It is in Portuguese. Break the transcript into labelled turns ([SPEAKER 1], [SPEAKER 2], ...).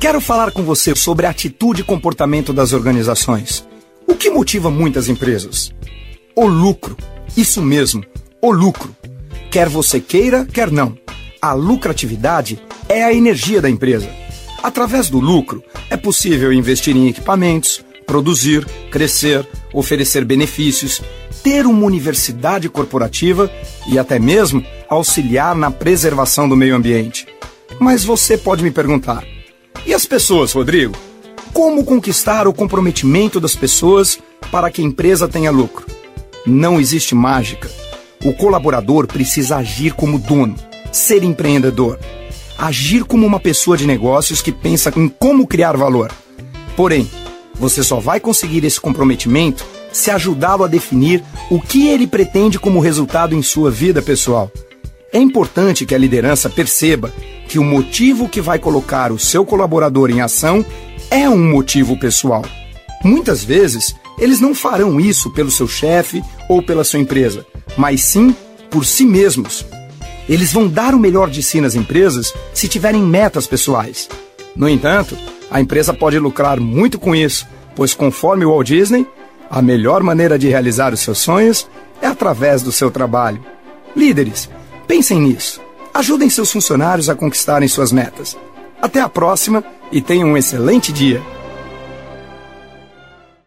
[SPEAKER 1] Quero falar com você sobre a atitude e comportamento das organizações. O que motiva muitas empresas? O lucro. Isso mesmo, o lucro. Quer você queira, quer não. A lucratividade é a energia da empresa. Através do lucro, é possível investir em equipamentos, produzir, crescer, oferecer benefícios, ter uma universidade corporativa e até mesmo auxiliar na preservação do meio ambiente. Mas você pode me perguntar, e as pessoas, Rodrigo? Como conquistar o comprometimento das pessoas para que a empresa tenha lucro? Não existe mágica. O colaborador precisa agir como dono, ser empreendedor, agir como uma pessoa de negócios que pensa em como criar valor. Porém, você só vai conseguir esse comprometimento se ajudá-lo a definir o que ele pretende como resultado em sua vida pessoal. É importante que a liderança perceba que o motivo que vai colocar o seu colaborador em ação é um motivo pessoal. Muitas vezes, eles não farão isso pelo seu chefe ou pela sua empresa, mas sim por si mesmos. Eles vão dar o melhor de si nas empresas se tiverem metas pessoais. No entanto, a empresa pode lucrar muito com isso, pois conforme o Walt Disney, a melhor maneira de realizar os seus sonhos é através do seu trabalho. Líderes, pensem nisso. Ajudem seus funcionários a conquistarem suas metas. Até a próxima e tenham um excelente dia.